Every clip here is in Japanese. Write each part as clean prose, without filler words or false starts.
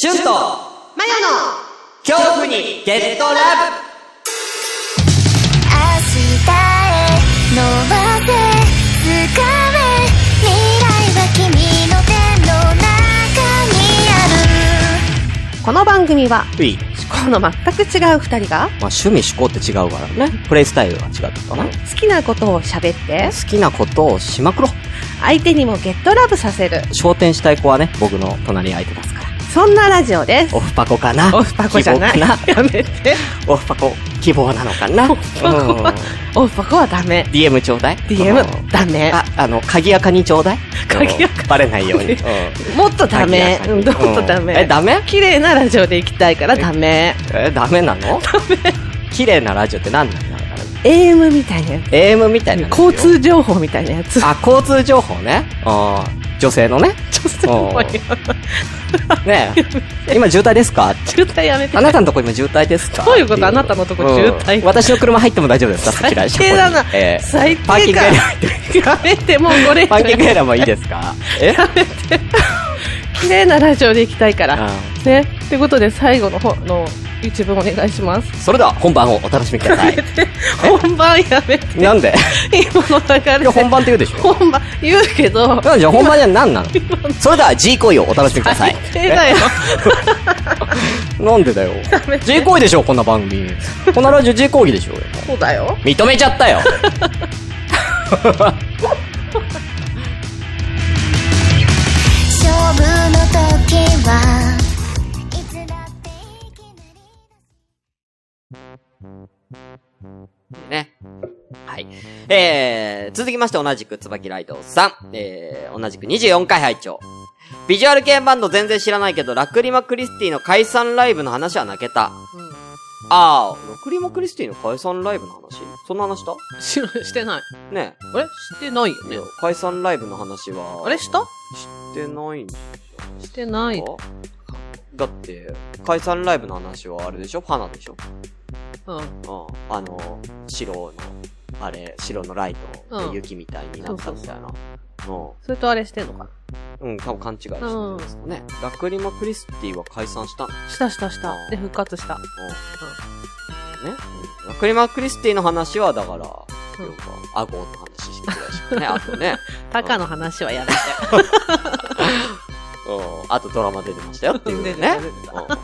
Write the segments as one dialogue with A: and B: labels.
A: シュンと
B: マヨの
A: 恐怖にゲットラブ。
C: 明日へ伸ばせ掴め未来は君の手の中にある。
B: この番組は
A: うい。
B: 思考の全く違う二人が、
A: 趣味思考って違うからね。プレイスタイルが違ったかな。
B: 好きなことを喋って
A: 好きなことをしまくろ。
B: 相手にもゲットラブさせる、
A: 焦点したい子はね、僕の隣相手ですから。
B: そんなラジオです。
A: オフパコかな。
B: オフパコじゃない。
A: 希望かな。
B: やめて。
A: オフパコ希望なのかな。
B: オフパコは、オフパコはダメ。
A: DM ちょうだい。
B: DM ダメ。
A: 鍵垢にちょうだい。
B: 鍵垢
A: バレないように。
B: もっとダメ。もっとダメ。
A: ダメ？
B: 綺麗なラジオで行きたいからダメ。
A: ダメなの？ダメ。綺麗なラジオって何なの
B: ？AM みたいなやつ。
A: AM みたいな。
B: 交通情報みたいなやつ。
A: 交通情報ね。女性のね。
B: 女性の
A: ねえ。今渋滞ですか？
B: 渋滞やめて。
A: あなたのとこ今渋滞ですか？
B: どういうこと？あなたのとこ渋滞。
A: 私の車入っても大丈夫ですか？
B: 最低だな。最低か。
A: パーキングエリア入ってる。
B: やめて、もうこれ。
A: パーキングエリアもいいですか？
B: やめて。綺麗なラジオで行きたいから。ね。ってことで最後の方の一文お願いします。
A: それでは本番をお楽しみください。
B: 本番やめて。
A: なんで？
B: 今の流れで。
A: 本番って言うでしょ？
B: 本番言うけど。
A: じゃあ本番じゃ何なの？それでは G 行為をお楽しみください。
B: 最低だよ。
A: なんでだよ。G 行為でしょこんな番組。こんなラジオ G 行為でしょ。
B: そうだよ。
A: 認めちゃったよ。
C: 勝負の時はいつだっていきなり
A: ね。はい。続きまして同じく椿ライドさん。同じく24回拝聴。ビジュアル系バンド全然知らないけど、ラクリマクリスティの解散ライブの話は泣けた。ラクリマクリスティの解散ライブの話？そんな話した
B: してない。
A: ね
B: え。あれしてないよね。
A: 解散ライブの話は。
B: あれした
A: してないんでしょ？
B: してない。
A: だって、解散ライブの話はあれでしょ？ファナでしょ？白のライトで雪みたいになったみたいな。
B: それとあれしてんのかな？
A: 多分勘違いしてるんですかね。ラクリマクリスティは解散したの？
B: した。で、復活した。
A: ね。ラクリマクリスティの話は、だから、顎の話してくらいしかね。あとね。
B: タカの話はやめて。
A: あとドラマ出てましたよっていうね。話ですよ。はい。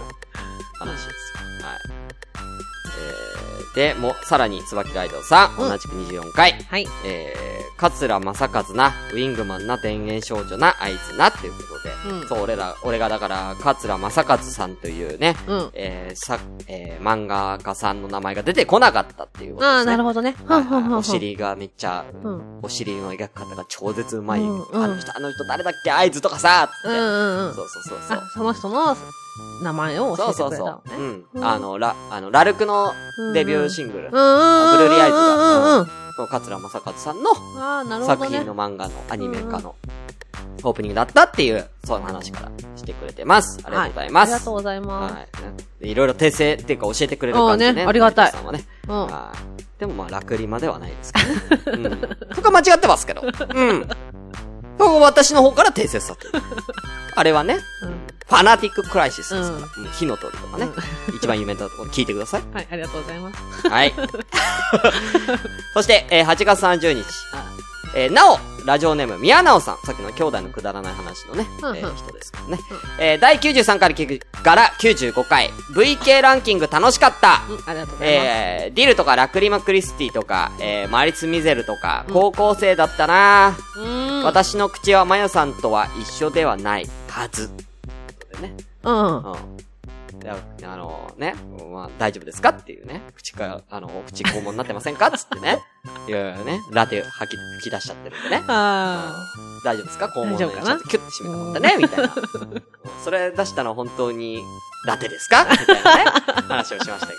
A: で、さらに、椿ライドさん、同じく24回。
B: はい。
A: 桂正和な、ウィングマンな、田園少女な、あいつな、っていうことで。そう、俺がだから、桂正和さんというね、漫画家さんの名前が出てこなかったっていうことですね。
B: なるほどね。
A: お尻がめっちゃ、お尻の描き方が超絶うまい。あの人誰だっけ？合図とかさ、って。そう。
B: その人の名前を教えてくれたのね。
A: ラルクのデビューシングル、ブルーリーアイズが、桂正和さんの作品の漫画のアニメ化のオープニングだったっていう、その話からしてくれてます。ありがとうございます。
B: ありがとうございます。
A: いろいろ訂正っていうか教えてくれる感じでね。
B: ありがたい。
A: でもラクリマではないですけどね。僕は間違ってますけど。私の方から訂正させて。あれはね、ファナティッククライシスですから。火の鳥とかね。一番有名なところ聞いてください。
B: はい、ありがとうございます。
A: はい。そして、8月30日。なお、ラジオネーム、宮直さん。さっきの兄弟のくだらない話のね、人ですけどね。第93回から95回、VK ランキング楽しかった。
B: ありがとうございます。
A: ディルとかラクリマクリスティとか、マリスミゼルとか、高校生だったな。私の口はマヨさんとは一緒ではないはず。大丈夫ですかっていうね。口肛門になってませんかつってね。いろいろね、ラテ吹き出しちゃってるんでね。大丈夫ですか肛門でちょっとキュッて締めたかったねみたいな。それ出したの本当にラテですかみたいなね、話をしましたけ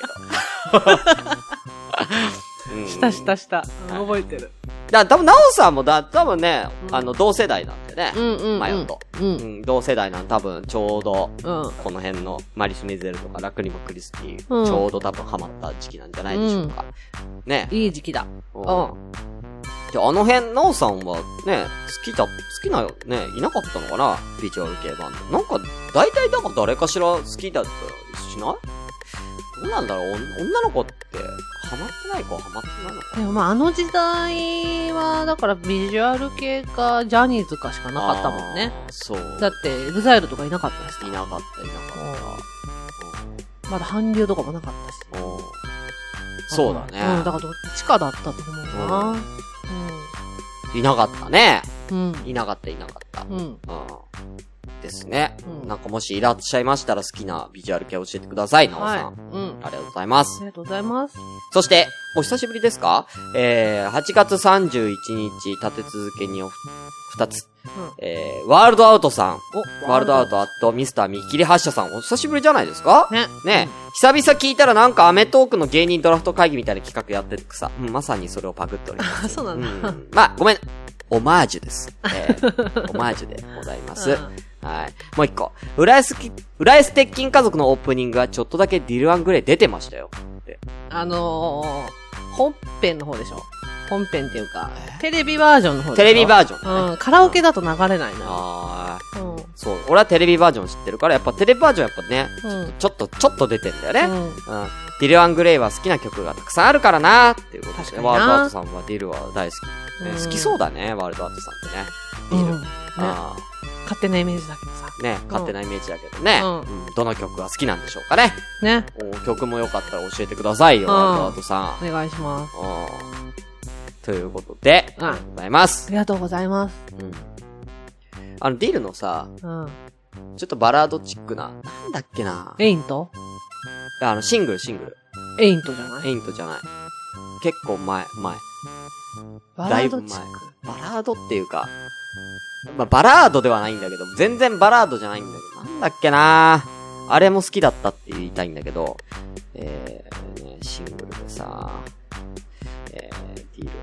A: ど。
B: した。覚えてる。
A: 多分、ナオさんも多分ね、同世代なんでね。マヨと。同世代なん多分、ちょうど、この辺の、マリス・ミゼルとか、ラクリマ・クリスティ、ちょうど多分ハマった時期なんじゃないでしょうか。ね。
B: いい時期だ。
A: じゃあ、あの辺、なおさんはね、好きな、ね、いなかったのかなビジュアル系バンド。なんか、大体だから誰かしら好きだったりしない？どうなんだろう、女の子って、ハマってない子はハマってないのか
B: でもまあ、あの時代は、だからビジュアル系か、ジャニーズかしかなかったもんね。
A: そう。
B: だって、エグザイルとかいなかったし。
A: いなかった。
B: まだ韓流とかもなかったし。
A: そうだね。
B: だからどっちかだったと思うな。
A: いなかったね。いなかった。ですね。なんかもしいらっしゃいましたら好きなビジュアル系教えてください、なおさん。ありがとうございます。
B: ありがとうございます。そ
A: して、お久しぶりですか8月31日、立て続けに2つ。ワールドアウトさん。ワールドアウト@ミスター見切り発車さん。お久しぶりじゃないですかね。久々聞いたらなんかアメトークの芸人ドラフト会議みたいな企画やっててさ。まさにそれをパクっております。
B: そうなんだ。
A: まあ、ごめん。オマージュです。オマージュでございます。はい。もう一個。浦安鉄筋家族のオープニングがちょっとだけディル・アングレイ出てましたよ。
B: 本編の方でしょ。本編っていうか、テレビバージョンの方でしょ。
A: テレビバージョン、
B: ね。カラオケだと流れないな。
A: そう。俺はテレビバージョン知ってるから、やっぱテレビバージョンやっぱね、ちょっと出てんだよね。ディル・アングレイは好きな曲がたくさんあるからなーっていうことですね。ワールドアートさんはディルは大好き。好きそうだね、ワールドアートさんってね。ディル。
B: 勝手なイメージだけどさ。
A: ね、勝手なイメージだけどね。どの曲が好きなんでしょうかね。
B: ね。
A: 曲もよかったら教えてくださいよ、ワールドアートさん。
B: お願いします。
A: ということで、ありがとうございます。
B: ありがとうございます。
A: ディルのさ、ちょっとバラードチックな、なんだっけな。
B: エイント？
A: シングル。
B: エイントじゃない？
A: エイントじゃない。結構前。
B: バラードチック。
A: バラードっていうか、まあ、バラードではないんだけど、全然バラードじゃないんだけど、なんだっけなあれも好きだったって言いたいんだけど、シングルでさ、ディル。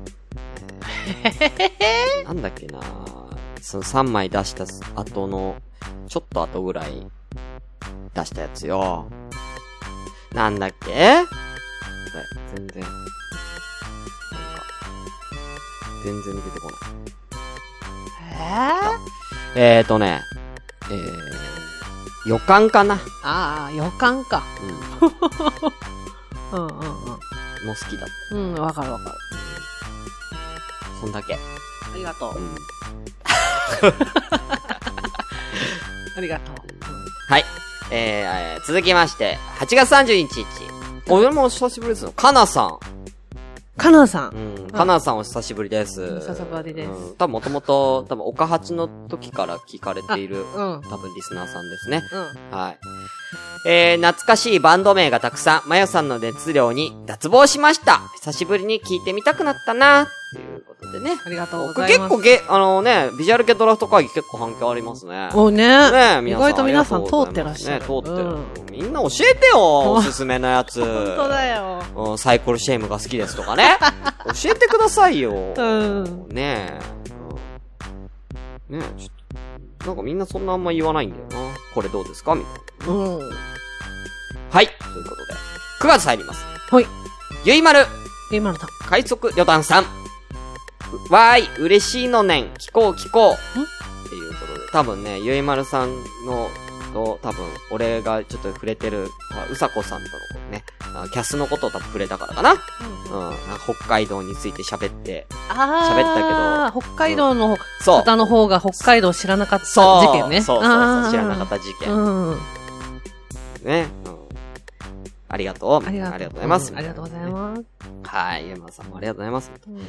A: なんだっけなその3枚出した後の、ちょっと後ぐらい出したやつよ。なんだっけ全然。全然出てこない。予感かな。
B: 予感か。もう
A: 好きだった。
B: わかる。
A: そんだけ。
B: ありがとう。ありがとう。
A: はい。続きまして、8月31日。俺も久しぶりですよ。かなさん。
B: かなさん。
A: かなさんお久しぶりです。
B: お久しぶりです。
A: 多分もともと、岡八の時から聞かれている、多分リスナーさんですね。はい。懐かしいバンド名がたくさん、まよさんの熱量に脱帽しました。久しぶりに聞いてみたくなったな、っていうことでね。
B: ありがとうございます。
A: 結構ビジュアル系ドラフト会議結構反響ありますね。
B: 意外と皆さん通ってらっしゃる。
A: 通ってる。みんな教えてよ、おすすめのやつ。
B: 本当だよ。
A: サイコロシェイムが好きですとかね。教えてくださいよ。ねえ、ちょっと。なんかみんなそんなあんま言わないんだよな。これどうですかみたいな。はい。ということで。9月入ります。
B: はい。
A: ゆいまる。
B: ゆいまるさん。
A: 海賊旅団さん。わーい、嬉しいのねん。聞こう。っていうことで。多分ね、ゆいまるさんの、多分、俺がちょっと触れてる、うさこさんとのね、キャスのことを多分触れたからかな。北海道について喋ったけど。
B: 北海道の方の方が北海道知らなかった事件ね。
A: そう、知らなかった事件。ね。ありがとう。ありがとうございます。
B: ありがとうございます。
A: はい。山田さんもありがとうございます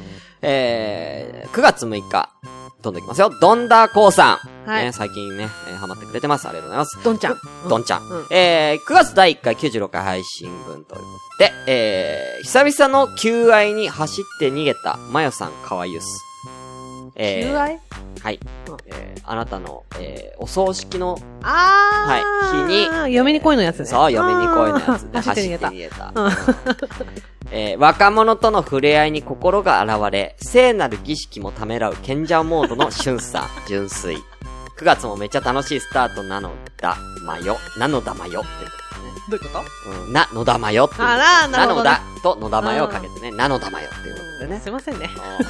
A: 。9月6日。どんどんいきますよ。ドンダーコーさん。はい。最近ね、ハマってくれてます。ありがとうございます。
B: ドンちゃん。
A: 9月第1回96回配信分ということで、久々の求愛に走って逃げたまよさんかわゆす。
B: 求愛？
A: はい。あなたの、お葬式の、
B: はい、
A: 日に、
B: 嫁に恋のやつね。
A: そう、嫁に恋のやつで走って逃げた。若者との触れ合いに心が現れ、聖なる儀式もためらう賢者モードの瞬さ、純粋。9月もめっちゃ楽しいスタートなのだまよ。っていうこと
B: どういうこと
A: うん、野田真代っていう。
B: なるほど、ね。
A: 野田と野田真代をかけてね、野田真代っていうことでね。
B: すいませんね。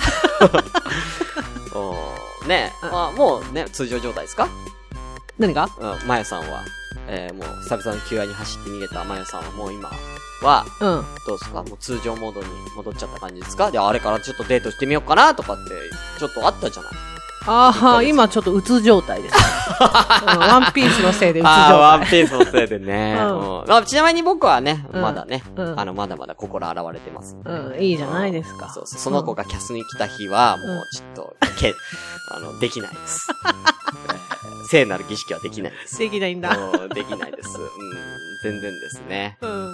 A: ね、もうね、通常状態ですか？
B: 何が？
A: まやさんは、もう久々にQIに走って逃げたまやさんはもう今は、どうですか？もう通常モードに戻っちゃった感じですか？で、あれからちょっとデートしてみようかなとかって、ちょっとあったじゃない？
B: 今ちょっとうつ状態です、ね。ワンピースのせいでうつ状態。
A: ワンピースのせいでね。ちなみに僕はね、まだね、まだまだ心洗われてます。
B: いいじゃないですか。
A: そうそう、その子がキャスに来た日は、もうちょっと、できないです。聖なる儀式はできないです。
B: できないんだ。
A: できないです。全然ですね。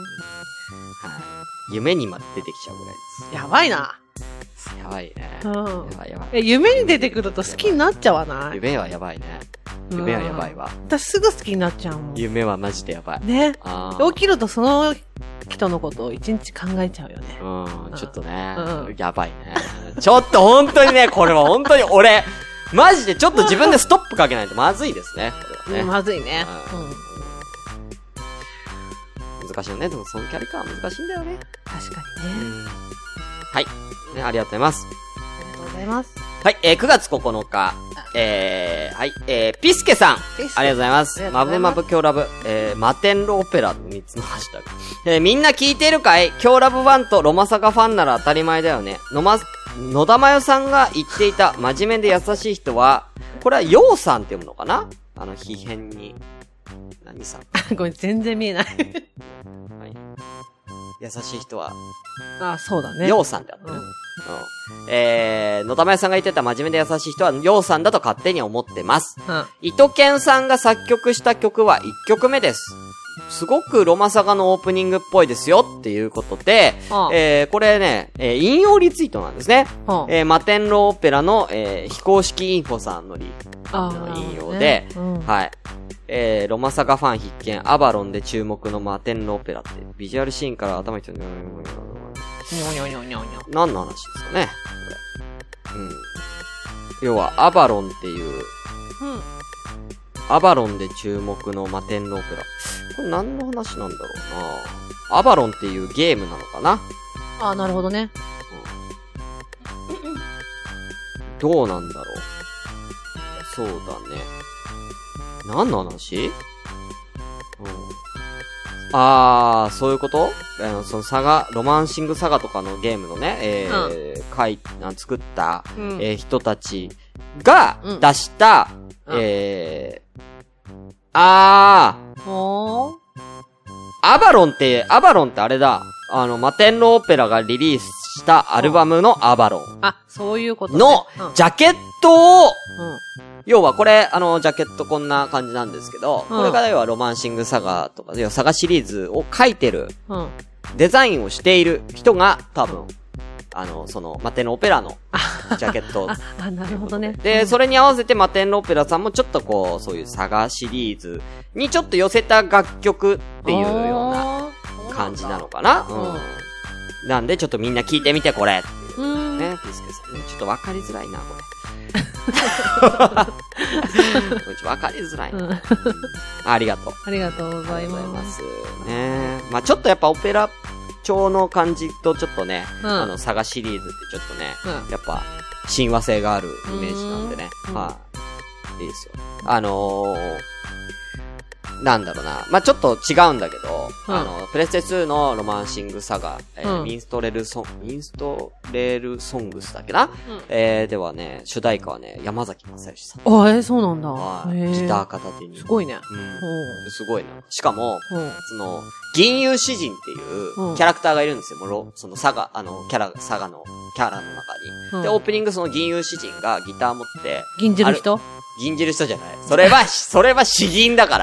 A: 夢にまで出てきちゃうぐらいです。
B: やばいな。
A: やばいね。
B: やばい。夢に出てくると好きになっちゃわない？
A: 夢はやばいね。夢はやばいわ。
B: 私すぐ好きになっちゃうもん。
A: 夢はマジでやばい。
B: ね。起きるとその人のことを一日考えちゃうよね。
A: ちょっとね。やばいね。ちょっと本当にね、これは本当に俺、マジでちょっと自分でストップかけないとまずいですね。これはね。
B: まずいね。
A: 難しいよね。でもそのキャラクターは難しいんだよね。
B: 確かにね。
A: はい。ね、ありがとうございます。
B: ありがとうございます。
A: はい、9月9日。はい、ピスケさん。ありがとうございます。マブマブ今日ラブ。マテンロオペラの3つのハッシュタグ。みんな聞いてるかい？今日ラブファンとロマサガファンなら当たり前だよね。野田真代さんが言っていた真面目で優しい人は、これはヨウさんって読むのかな？皮辺に。何さん？
B: ごめん、全然見えない。はい。
A: 優しい人は。
B: そうだね。
A: ヨウさんってあったね。野田真代さんが言ってた真面目で優しい人はヨウさんだと勝手に思ってます。伊藤健さんが作曲した曲は1曲目です。すごくロマサガのオープニングっぽいですよっていうことで、これね、引用リツイートなんですね。マテンロオペラの、非公式インフォさんの引用で、はい。ロマサガファン必見、アバロンで注目のマテンロオペラって、ビジュアルシーンから頭に何の話ですかね、これ。要は、アバロンっていう、アバロンで注目のマテンロオペラ。これ何の話なんだろうな。アバロンっていうゲームなのかな？
B: なるほどね。
A: どうなんだろう。そうだね。何の話？そういうこと？そのロマンシングサガとかのゲームのね、作った、人たちが出した、アバロンってあれだ。マテンロオペラがリリースしたアルバムのアバロン。
B: そういうこと
A: ね。の、ジャケットを、要はこれ、ジャケットこんな感じなんですけど、これが要はロマンシングサガとか、要はサガシリーズを書いてる、デザインをしている人が多分、その、マテンロオペラのジャケット。
B: なるほどね。
A: で、それに合わせてマテンロオペラさんもちょっとこう、そういうサガシリーズにちょっと寄せた楽曲っていうような感じなのかな。なんでちょっとみんな聞いてみてこれっていうね、ピスケさんね。ちょっとわかりづらいな、これ。わかりづらいな。ありがとう。
B: ありがとうございます。
A: ね。まあちょっとやっぱオペラ調の感じとちょっとね、サガシリーズってちょっとね、やっぱ親和性があるイメージなんでね。いいですよ。なんだろうな。まあ、ちょっと違うんだけど、プレステ2のロマンシングサガ、ミンストレールソングスだっけな、ではね、主題歌はね、山崎正義さん。
B: そうなんだ。
A: ギター片手に。
B: すごいね。
A: すごいな。しかも、その、銀融詩人っていうキャラクターがいるんですよ。そのサガの中に。で、オープニングその銀融詩人がギター持って、
B: 銀じる人
A: じゃない。それは詩吟だから。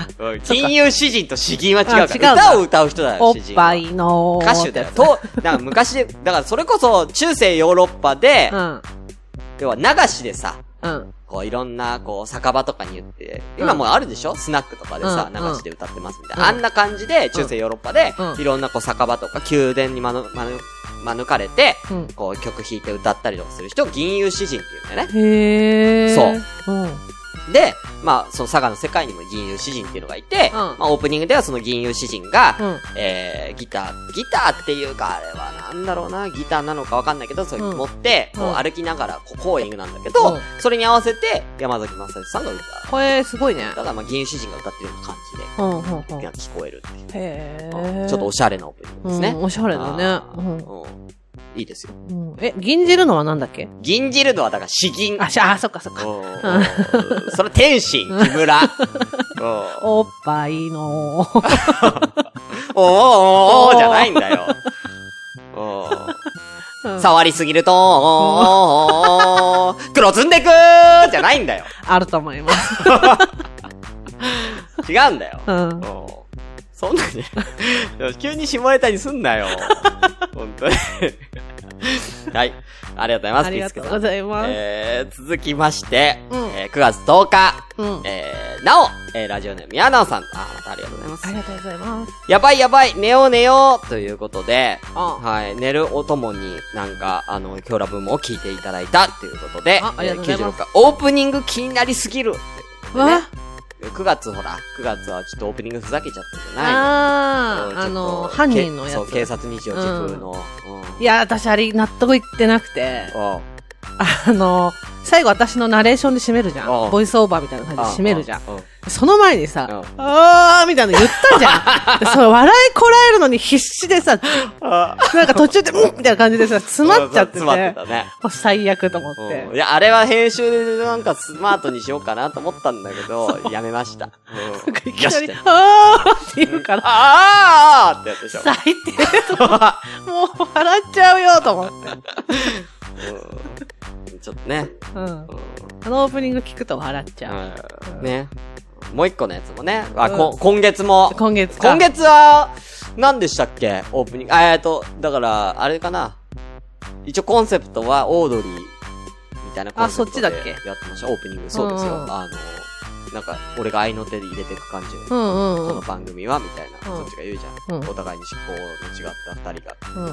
A: 金融詩人と詩吟は違うから。歌を歌う人だよ、詩人。
B: おっぱいの
A: 歌手だよ。なんか昔で、だからそれこそ中世ヨーロッパで、要は流しでさ、こういろんな、こう、酒場とかに言って、今もうあるでしょ？スナックとかでさ、流しで歌ってますみたいな。あんな感じで、中世ヨーロッパで、いろんなこう酒場とか宮殿に免れて、こう曲弾いて歌ったりとかする人を銀融詩人って言うんだよね。
B: へー。
A: そう。 で、まあ、その佐賀の世界にも銀融詩人っていうのがいて、まあ、オープニングではその銀融詩人が、ギターっていうか、あれはなんだろうな、ギターなのかわかんないけど、それ持って、こう歩きながら、こう、コーイングなんだけど、それに合わせて、山崎正義さんが歌う。
B: これ、すごいね。
A: だからまあ、銀融詩人が歌ってるような感じで、聞こえるっていう。
B: へー。
A: ちょっとおしゃれなオープニングですね。
B: おしゃれだね。
A: いいですよ。
B: 銀じるのはなんだっけ？
A: 銀じるのはだから詩吟。
B: そっかそっか。
A: それ天心、木村。
B: おっぱいの
A: おーじゃないんだよ。触りすぎると、黒ずんでくーじゃないんだよ。
B: あると思います。
A: 違うんだよ。そんなに、急に下ネタにすんなよ。本当に。はい。ありがとうございます。
B: ありがとうございます。
A: 続きまして、9月10日、なお、ラジオネーム宮直さん。またありがとうございます。
B: ありがとうございます。
A: やばいやばい、寝よう寝ようということで、はい、寝るおともになんか、今日ラブも聞いていただいたということで、
B: ありがとうございます。
A: 96回、オープニング気になりすぎる。ね。9月はちょっとオープニングふざけちゃったじゃない
B: 犯人のやつ。
A: そう、警察日常時風の。
B: いや、私あれ納得いってなくて、最後私のナレーションで締めるじゃん。ボイスオーバーみたいな感じで締めるじゃん。その前にさ、みたいなの言ったじゃん。それ笑いこらえるのに必死でさ、なんか途中で、みたいな感じでさ、詰まっちゃってて。
A: 詰まってたね。
B: 最悪と思って。
A: いや、あれは編集でなんかスマートにしようかなと思ったんだけど、やめました。
B: いきなり、って言うから。
A: ってやつでしょ。
B: 最低と。もう笑っちゃうよと思って。
A: ちょっとね。
B: あのオープニング聞くと笑っちゃう。
A: ね。もう一個のやつもね。今月も。
B: 今月
A: は、何でしたっけオープニング。だから、あれかな。一応コンセプトはオードリーみたいなコンセプトでやってました。オープニング。そうですよ。なんか、俺が愛の手で入れていく感じ。この番組はみたいな。そっちが言うじゃん。お互いに思考の違った二人が。そうそう。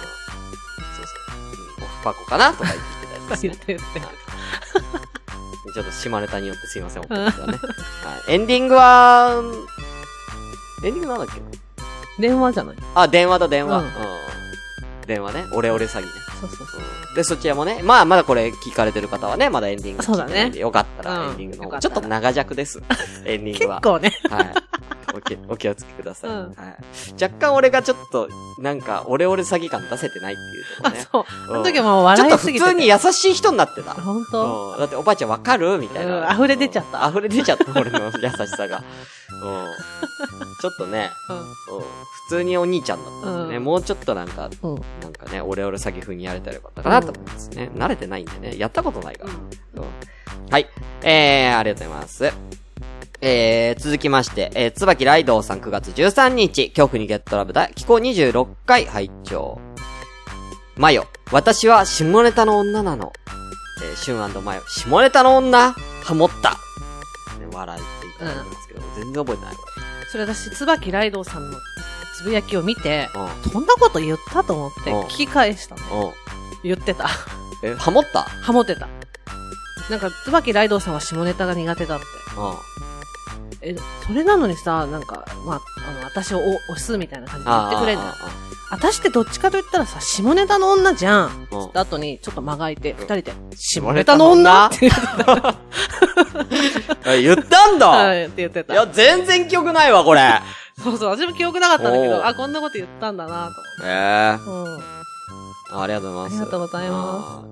A: パコかなとか言ってたやつですね。ちょっと下ネタによってすいません、エンディングは、エンディングなんだっけ？
B: 電話じゃない？
A: 電話だ、電話。電話ね。オレオレ詐欺ね。
B: そう。
A: で、そちらもね、まだこれ聞かれてる方はね、まだエンディング聞いてないんで、よかったらエンディングの方。ちょっと長尺です。エンディングは。
B: 結構ね。
A: はい。お気をつけください。若干俺がちょっと、なんか、オレオレ詐欺感出せてないっていうとこね。
B: そう。その時もう笑いすぎて。
A: ちょっと普通に優しい人になってた。
B: 本当？
A: だっておばあちゃんわかるみたいな。
B: 溢れ出ちゃった、
A: 俺の優しさが。ちょっとね、普通にお兄ちゃんだったんでね、もうちょっとなんかね、オレオレ詐欺風にやれたらよかったかなと思いますね。慣れてないんでね、やったことないから。はい。ありがとうございます。続きまして、椿ライドウさん9月13日、恐怖にゲットラブだ、気候26回拝聴。マヨ、私は下ネタの女なの。シュン&マヨ、下ネタの女ハモった。笑っていただいてますけど、全然覚えてないこれ。
B: それ私、椿ライドウさんのつぶやきを見て、そんなこと言ったと思って聞き返したね。言ってた。
A: ハモった？
B: ハモってた。なんか、椿ライドウさんは下ネタが苦手だって。それなのにさ、なんか、私を押すみたいな感じで言ってくれるじゃん。私ってどっちかと言ったらさ、下ネタの女じゃん。つった後に、ちょっと間が空いて、二人で、下ネタの女って言ってた。
A: 言ったんだ
B: って言ってた。
A: いや、全然記憶ないわ、これ。
B: そうそう、私も記憶なかったんだけど、こんなこと言ったんだなと思って。あ
A: りがとうございます。
B: ありがとうございます。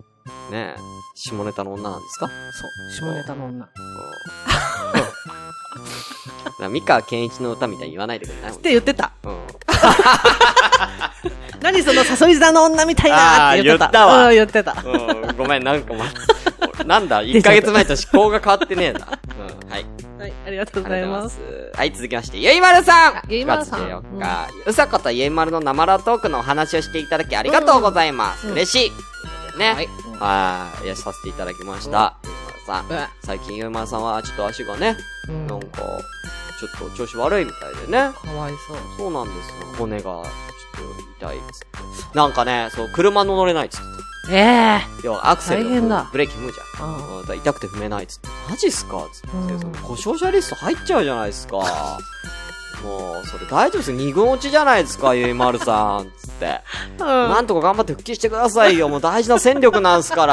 A: ねえ、下ネタの女なんですか？
B: そう、下ネタの女。
A: 三河健一の歌みたいに言わないでくれない？
B: って言ってた。何その誘い座の女みたいなって言ってた。
A: 言ったわ。
B: 言ってた。
A: ごめん、なんかなんだ、1ヶ月前と思考が変わってねえな。はい。
B: はい、ありがとうございます。
A: はい、続きまして、ゆいまるさん。
B: ゆいまるさん。
A: 9月14日、うさことゆいまるの生ラトークのお話をしていただきありがとうございます。嬉しい。ね。はい。させていただきました。ゆいまるさん。最近ゆいまるさんはちょっと足がね、なんか、ちょっと調子悪いみたいでね。
B: かわいそう。
A: そうなんですよ。骨がちょっと痛いっつって。なんかね、そう、車乗れないっつって要はアクセル
B: 大変だ
A: ブレーキ踏むじゃん。だから痛くて踏めないっつって。マジっすかつって、その故障者リスト入っちゃうじゃないですか。もう、それ大丈夫ですよ。2軍落ちじゃないですか、ゆいまるさん。つって。なんとか頑張って復帰してくださいよ。もう大事な戦力なんすから。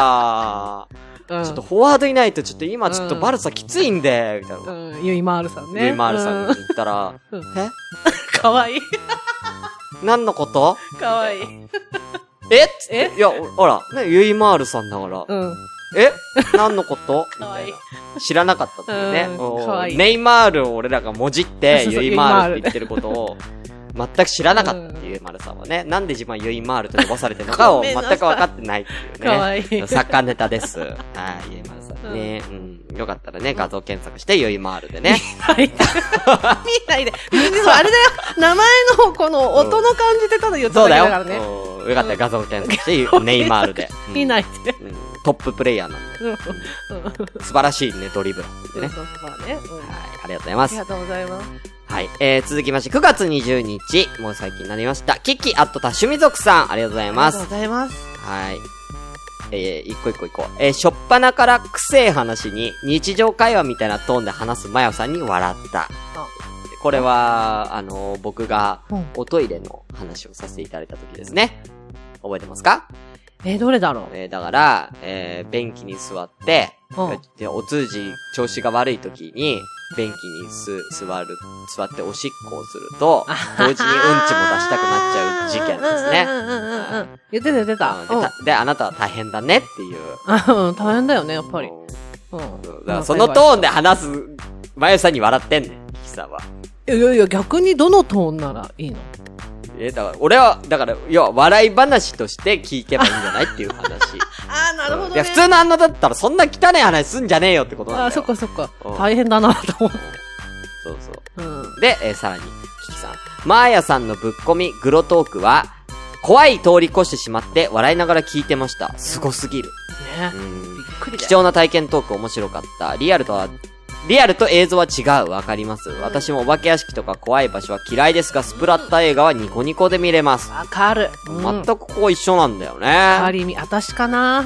A: ちょっとフォワードいないとちょっと今ちょっとバルサきついんで、みたいな。
B: ゆいまーるさんね。
A: ゆいまるさんに言ったら、
B: かわいい。
A: 何のこと
B: かわいい。
A: いや、ほら、ね、ゆいまるさんだから。何のことみたいな。知らなかったっていうね。
B: かわいい。
A: ネイマールを俺らがもじって、ゆいまーるって言ってることを、全く知らなかったっていうゆいまるさんはね。なんで自分はゆいまーると呼ばされてるのかを全く分かってないっていうね。
B: かわいい。
A: サッカーネタです。はい、ゆいまるさんね。よかったらね、画像検索してゆいまーるでね。
B: 見ないで。あれだよ。名前のこの音の感じでただ言っただけだからね。
A: そうだよ。よかったら画像検索して、ネイマールで。
B: 見ないで。
A: トッププレイヤーなんで。素晴らしいね、ドリブラーでね。
B: そうね。はい、
A: ありがとうございます。
B: ありがとうございます。
A: はい、続きまして、9月20日、もう最近になりました。キキアット多趣味族さん、ありがとうございます。
B: ありがとうございます。
A: はい。一個一個いこう。しょっぱなからくせえ話に、日常会話みたいなトーンで話すマヨさんに笑った。これは、僕が、おトイレの話をさせていただいた時ですね。覚えてますか？
B: どれだろう？
A: だから、便器に座って、お通じ調子が悪い時に、便器に座っておしっこをすると、同時にうんちも出したくなっちゃう事件ですね。
B: 言ってた。
A: で、あなたは大変だねっていう。
B: 大変だよね、やっぱり。
A: だからそのトーンで話す、まゆさんに笑ってんねん、キキさんは。
B: いや、逆にどのトーンならいいの？
A: だから、俺は、要は、笑い話として聞けばいいんじゃないっていう話。
B: なるほどね。
A: いや、普通のあんなだったら、そんな汚い話すんじゃねえよってことなんだよ。
B: そっか。大変だなと思って。
A: そう。で、さらに、キキさん。マーヤさんのぶっ込み、グロトークは、怖い通り越してしまって、笑いながら聞いてました。すごすぎる。
B: ね。びっくりだよ。
A: 貴重な体験トーク面白かった。リアルと映像は違う。わかります。私もお化け屋敷とか怖い場所は嫌いですが、スプラッタ映画はニコニコで見れます。
B: わかる。
A: 全くここ一緒なんだよね。
B: ある意味、私かな。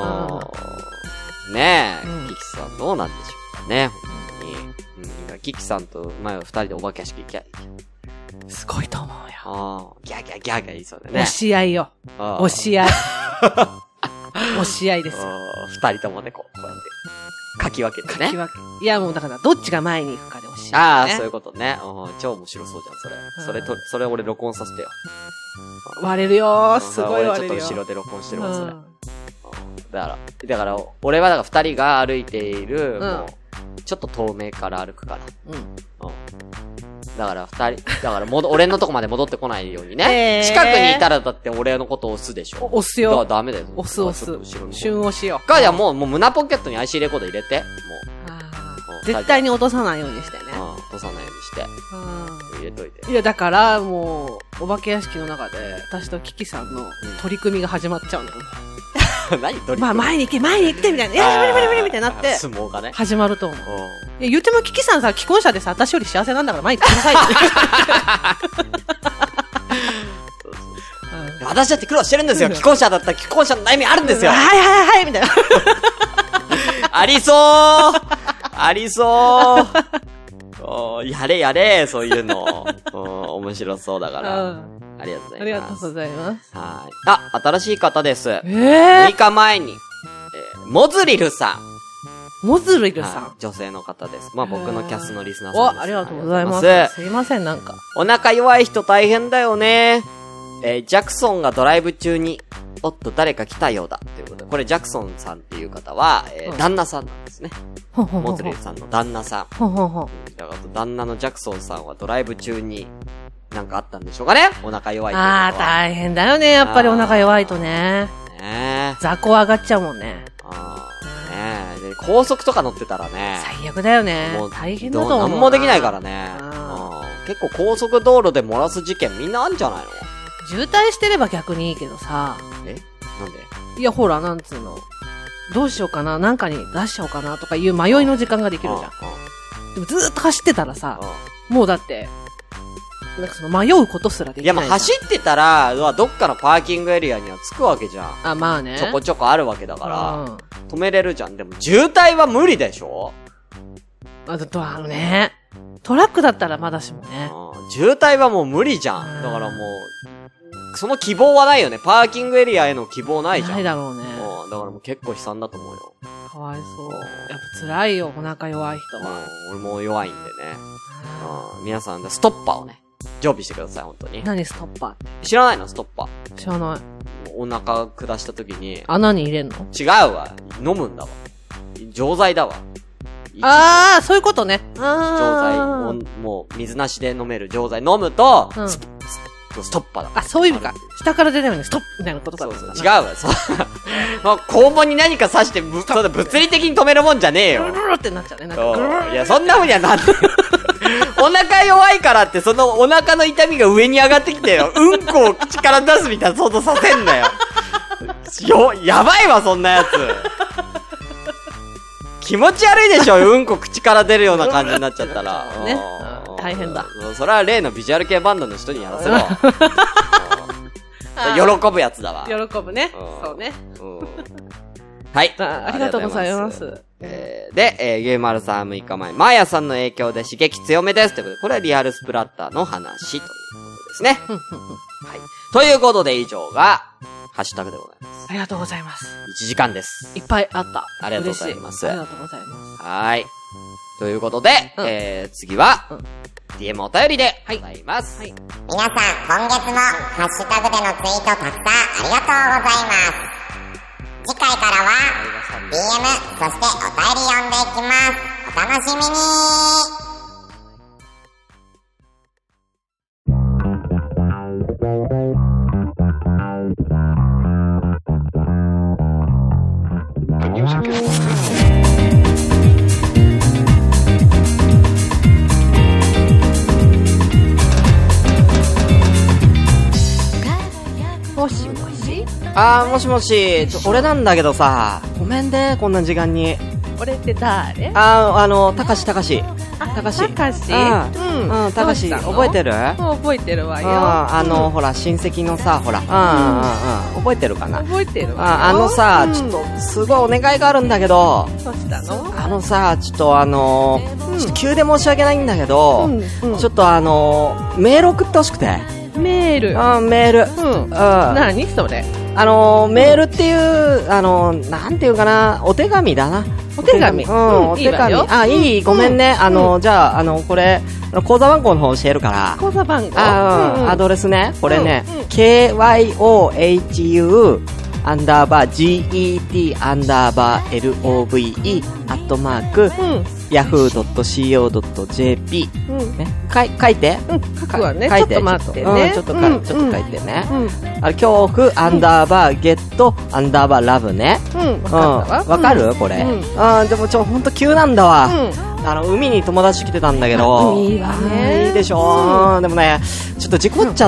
A: ねえ、キキさんどうなんでしょうかね。本当に。キキさんと前は二人でお化け屋敷行きゃいい。
B: すごいと思うよ。
A: ギャーギャーギャーギャー言いそうだね。
B: 押し合いよ。押し合い。押し合いですよ。
A: 二人ともね、こうやって。書き分けてね。
B: いや、もうだから、どっちが前に行くかで押し合い、
A: そういうことね。超面白そうじゃん、それ。それ俺録音させてよ。
B: 割れるよー。すごい割れるよ。
A: 俺ちょっと後ろで録音してるわ、それ。だから、俺はだから二人が歩いている、もう、ちょっと遠目から歩くから。だから俺のとこまで戻ってこないようにね。近くにいたらだって俺のことを押すでしょ。
B: 押すよ。
A: ダメだよ。
B: 押す。瞬押しよ。
A: じゃあもう胸ポケットに IC レコード入れて。も
B: う。絶対に落とさないようにしてね。
A: 落とさないようにして。入れといて。
B: いや、だから、もう、お化け屋敷の中で、私とキキさんの取り組みが始まっちゃうのよ。
A: 何取り組み？
B: まあ、前に行けみたいな。いや、無理みたいになって。
A: 相撲がね。
B: 始まると思う。いや、言ってもキキさんさ、既婚者でさ、私より幸せなんだから前に行ってくださいって。
A: 私だって苦労してるんですよ。既婚者だったら既婚者の悩みあるんですよ。
B: はいみたいな。
A: ありそうやれそういうの。面白そうだから。ありがとうございます。
B: ありがとうございます。
A: はい。新しい方です。6日前に、モズリルさん。
B: モズリルさん。
A: 女性の方です。まあ僕のキャスのリスナーさんです。
B: ありがとうございます。すいません、なんか。
A: お腹弱い人大変だよね。ジャクソンがドライブ中に、おっと誰か来たようだ。ということで、これジャクソンさんっていう方は、旦那さんなんですね。モズリルさんの旦那さん。だから旦那のジャクソンさんはドライブ中に、なんかあったんでしょうかね。お腹弱いということは。
B: 大変だよね。やっぱりお腹弱いとね。雑魚上がっちゃうもんね。
A: で高速とか乗ってたらね。
B: 最悪だよね。もう大変だと思う。
A: 何もできないからね。結構高速道路で漏らす事件みんなあんじゃないの？
B: 渋滞してれば逆にいいけどさ。
A: なんで？
B: いやほら、なんつうの。どうしようかな、なんかに出しちゃおうかなとかいう迷いの時間ができるじゃん。でもずーっと走ってたらさ、もうだって、 なんかその迷うことすらできない。
A: いや、まあ走ってたら、どっかのパーキングエリアには着くわけじゃん。
B: あ、まあね。
A: ちょこちょこあるわけだから、止めれるじゃん。でも渋滞は無理でしょ？
B: トラックだったらまだしもね。
A: 渋滞はもう無理じゃん。だからもう、その希望はないよね。パーキングエリアへの希望ないじゃん。
B: ないだろうね。
A: だからもう結構悲惨だと思うよ。
B: かわいそう。やっぱ辛いよ、お腹弱い人は。
A: 俺も弱いんでね。皆さん、ストッパーをね、常備してください、本当に。
B: 何ストッパーって。
A: 知らないのストッパー。
B: 知らない。
A: お腹下した時に。
B: 穴に入れんの？
A: 違うわ。飲むんだわ。錠剤だわ。
B: あー、そういうことね。
A: 錠剤、もう水なしで飲める錠剤飲むと、ストッパーだ。
B: あ、そういう意味か。下から出ないよね、ストップみたいなことか。
A: そう。違うわ。肛門に何か刺して、物理的に止めるもんじゃねえよ。
B: グルルってなっちゃうね。なんか
A: いや、そんな風にはなんで。お腹弱いからって、そのお腹の痛みが上に上がってきてよ。うんこを口から出すみたいな想像させんなよ。やばいわ、そんなやつ。気持ち悪いでしょ、うんこ口から出るような感じになっちゃったら。
B: ね。大変だ。
A: それは例のビジュアル系バンドの人にやらせろ。喜ぶやつだわ。
B: 喜ぶね。そうね。
A: はい。
B: ありがとうございます。
A: で、ゲーマルさん6日前、マーヤさんの影響で刺激強めですということで、これはリアルスプラッターの話ということですね。はい。ということで以上が、ハッシュタグでございます。
B: ありがとうございます。
A: 1時間です。
B: いっぱいあった。
A: ありがとうございます。
B: ありがとうございます。
A: はい。ということで、次は、DM お便りでございます。
D: 皆さん、今月もハッシュタグでのツイートたくさんありがとうございます。次回からは DM そしてお便り読んでいきます。お楽しみに。
B: もしもし？
A: もしもし、俺なんだけどさ、ごめんね、こんな時間に。
B: 俺って誰？
A: たかし。
B: たかし？うん、
A: たかし、覚えてる？
B: 覚えてるわよ。
A: ほら、親戚のさ、ほら、覚えてるかな？
B: 覚えてるわよ。
A: さ、ちょっと、すごいお願いがあるんだけど、
B: どうしたの？
A: さ、ちょっとちょっと急で申し訳ないんだけど、ちょっとメール送ってほしくて。
B: メール？
A: メール。
B: 何それ？
A: メールっていう、なんていうかな、お手紙だな。
B: お手紙？
A: お手紙。いい？ごめんね。じゃあ、これ、口座番号の方教えるから。
B: 口座番号？
A: アドレスね。これね、KYOHU_get_LOVE yahoo.co.jp ね、書いて。
B: 書くわね。
A: 書いて。
B: ちょっと待ってね。
A: ちょっと書いてね。恐怖_get_love ね。わかるこれ。でもほんと急なんだわ。海に友達来てたんだけど。
B: いいわね。
A: いいでしょ。でもね、ちょっと事故っちゃって。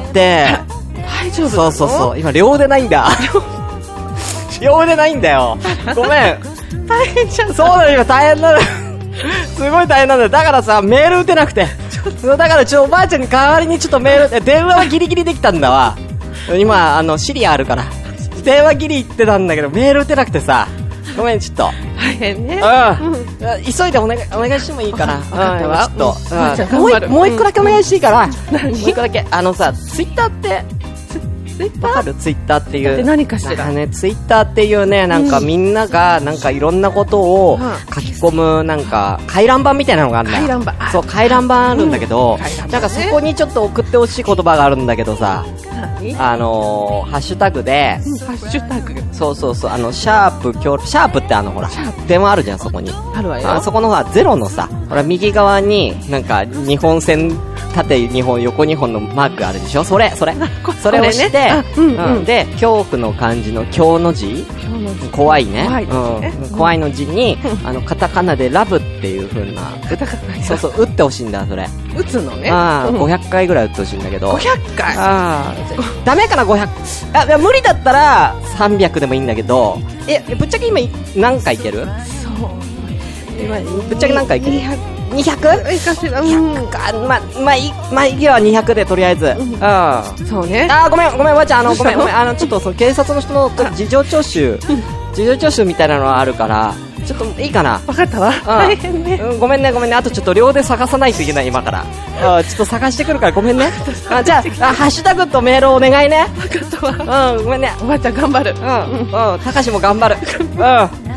B: 大丈夫？
A: そう。今両腕ないんだ。両腕ないんだよ。ごめん。
B: 大変じゃん。
A: そうだよ、今大変なの。すごい大変なんだよ。だからさ、メール打てなくて。だからおばあちゃんに代わりにちょっとメール、電話はギリギリできたんだわ。今、シリアあるから。電話ギリ行ってたんだけど、メール打てなくてさ。ごめん、ちょっと。
B: 大変ね。
A: 急いでお願いしてもいいかな。
B: ちょっと。
A: もう一個だけお願いしていいかな。もう一個だけ。さ、ツイッターって、わかる？ツイッターっていう。
B: 何かしら？
A: ツイッターっていうね、なんかみんなが、なんかいろんなことを書き込む、なんか、回覧板みたいなのがあるんだよ。
B: 回覧板。
A: そう、回覧板あるんだけど、なんかそこにちょっと送ってほしい言葉があるんだけどさ、ハッシュタグで、
B: ハッシュタグ？
A: そう、シャープってほら、電話あるじゃん、そこに。
B: あるわよ。
A: そこのゼロのさ、ほら、右側に、なんか、日本線、縦2本、横2本のマークあるでしょ？それを押して、で、恐怖の漢字の恐の字、怖いね。怖いの字に、カタカナでラブっていう風な、そう、打ってほしいんだ、それ。
B: 打つのね。
A: 500回ぐらい打ってほしいんだけど。
B: 500回？
A: ダメかな、500。いや、無理だったら、300でもいいんだけど、ぶっちゃけ今、何回いける？
B: そう。
A: ぶっちゃけ何回いける？ 200?
B: いいかしら。
A: 100か。まあ、いいよ、200でとりあえず。うん。
B: そうね。
A: ごめん、おばあちゃん、ごめん、ちょっとその警察の人の事情聴取みたいなのはあるから、ちょっといいかな。
B: わかったわ。大変ね。
A: ごめんね。あとちょっと両で探さないといけない、今から。ちょっと探してくるからごめんね。じゃあ、ハッシュタグとメールをお願いね。
B: わかったわ。
A: ごめんね。
B: おばあちゃん頑張る。
A: たかしも頑張る。